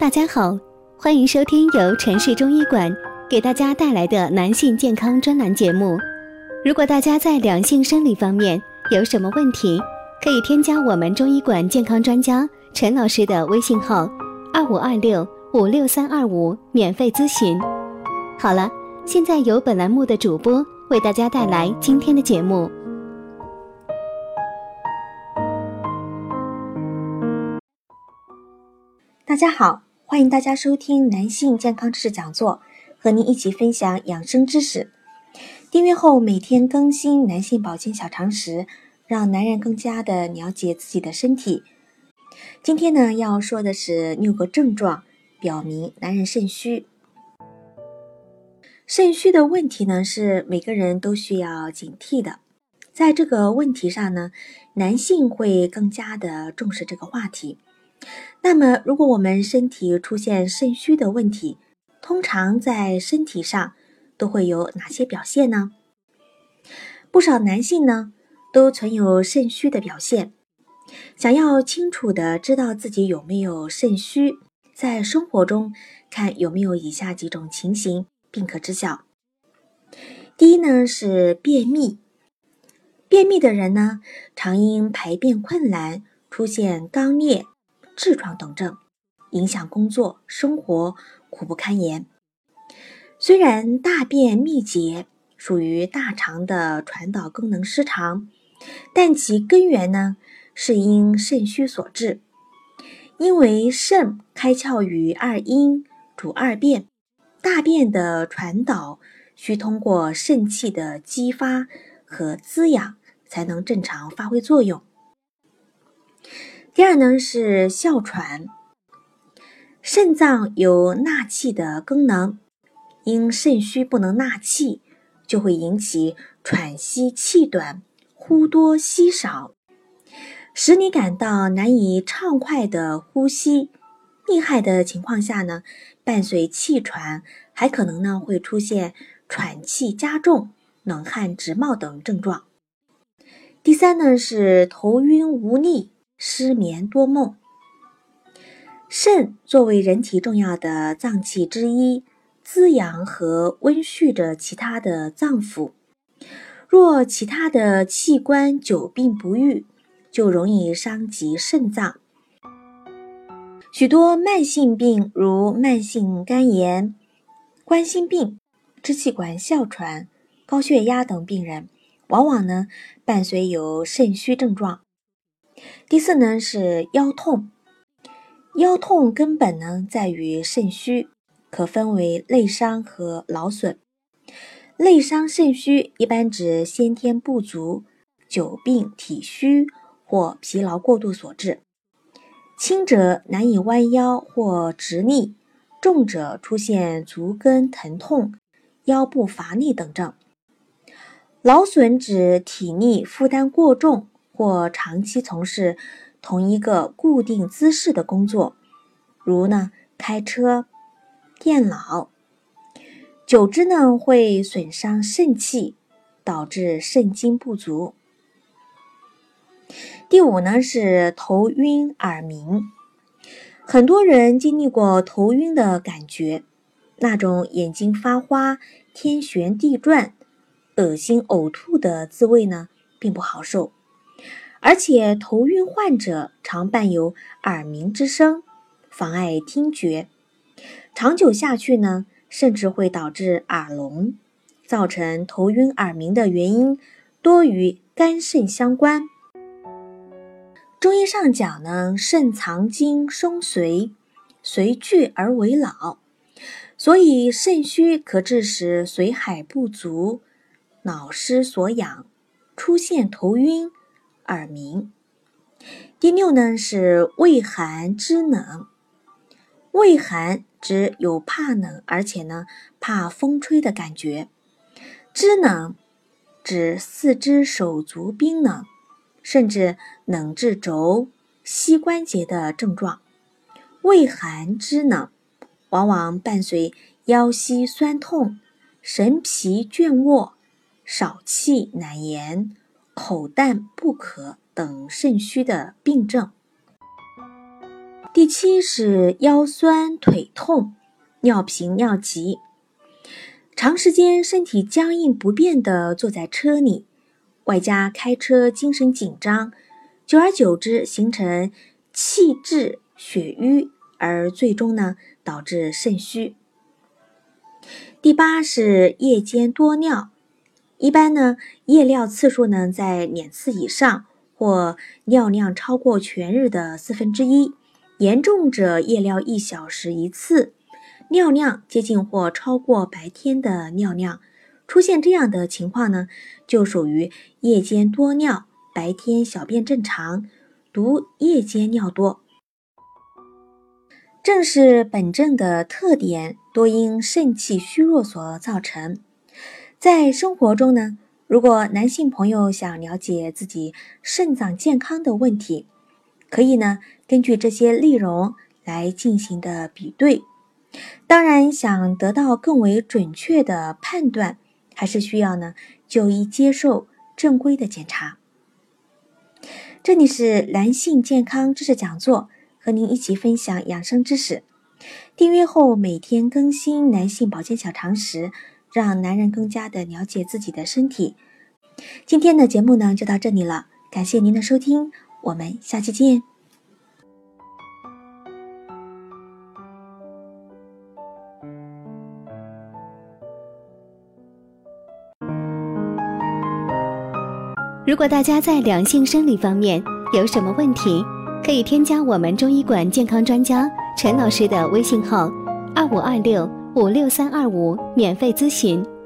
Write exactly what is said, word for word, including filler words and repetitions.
大家好，欢迎收听由城市中医馆给大家带来的男性健康专栏节目。如果大家在两性生理方面有什么问题，可以添加我们中医馆健康专家陈老师的微信号二五二六五六三二五免费咨询。好了，现在由本栏目的主播为大家带来今天的节目。 大家好，欢迎大家收听男性健康知识讲座，和您一起分享养生知识。订阅后每天更新男性保健小常识，让男人更加的了解自己的身体。今天呢，要说的是六个症状表明男人肾虚。肾虚的问题呢，是每个人都需要警惕的。在这个问题上呢，男性会更加的重视这个话题。那么如果我们身体出现肾虚的问题，通常在身体上都会有哪些表现呢？不少男性呢都存有肾虚的表现。想要清楚的知道自己有没有肾虚，在生活中看有没有以下几种情形并可知晓。第一呢是便秘。便秘的人呢，常因排便困难出现肛裂、痔疮等症，影响工作生活，苦不堪言。虽然大便秘结属于大肠的传导功能失常，但其根源呢是因肾虚所致。因为肾开窍于二阴，主二便，大便的传导需通过肾气的激发和滋养才能正常发挥作用。第二呢是哮喘。肾脏有纳气的功能，因肾虚不能纳气，就会引起喘息气短、呼多吸少，使你感到难以畅快的呼吸。厉害的情况下呢，伴随气喘，还可能呢会出现喘气加重、冷汗直冒等症状。第三呢是头晕无力、失眠多梦。肾作为人体重要的脏器之一，滋养和温煦着其他的脏腑。若其他的器官久病不愈，就容易伤及肾脏。许多慢性病如慢性肝炎、冠心病、支气管哮喘、高血压等病人，往往呢伴随有肾虚症状。第四呢是腰痛。腰痛根本呢在于肾虚，可分为内伤和劳损。内伤肾虚一般指先天不足、久病体虚或疲劳过度所致，轻者难以弯腰或直立，重者出现足跟疼痛、腰部乏力等症。劳损指体力负担过重或长期从事同一个固定姿势的工作，如呢开车、电脑，久之呢会损伤肾气，导致肾精不足。第五呢是头晕耳鸣。很多人经历过头晕的感觉，那种眼睛发花、天旋地转、恶心呕吐的滋味呢并不好受。而且头晕患者常伴有耳鸣之声，妨碍听觉，长久下去呢，甚至会导致耳聋。造成头晕耳鸣的原因多与肝肾相关。中医上讲呢，肾藏精生髓，髓聚而为脑，所以肾虚可致使髓海不足，脑失所养，出现头晕、耳鸣。第六呢是畏寒肢冷。畏寒指有怕冷，而且呢怕风吹的感觉。肢冷指四肢手足冰冷，甚至冷至肘、膝关节的症状。畏寒肢冷往往伴随腰膝酸痛、神疲倦卧、少气难言、口淡不渴等肾虚的病症。 第七是腰酸腿痛、尿频尿急，长时间身体僵硬不变地坐在车里，外加开车精神紧张，久而久之形成气滞血瘀，而最终呢导致肾虚。第八是夜间多尿，一般呢夜尿次数呢在两次以上，或尿量超过全日的四分之一，严重者夜尿一小时一次，尿量接近或超过白天的尿量。出现这样的情况呢，就属于夜间多尿，白天小便正常，读夜间尿多。正是本症的特点多因肾气虚弱所造成。在生活中呢，如果男性朋友想了解自己肾脏健康的问题，可以呢根据这些内容来进行的比对。当然，想得到更为准确的判断，还是需要呢就医接受正规的检查。这里是男性健康知识讲座，和您一起分享养生知识。订阅后每天更新男性保健小常识，让男人更加的了解自己的身体。今天的节目呢就到这里了，感谢您的收听，我们下期见。 如果大家在两性生理方面有什么问题，可以添加我们中医馆健康专家陈老师的微信号二五二六五六三二五免费咨询。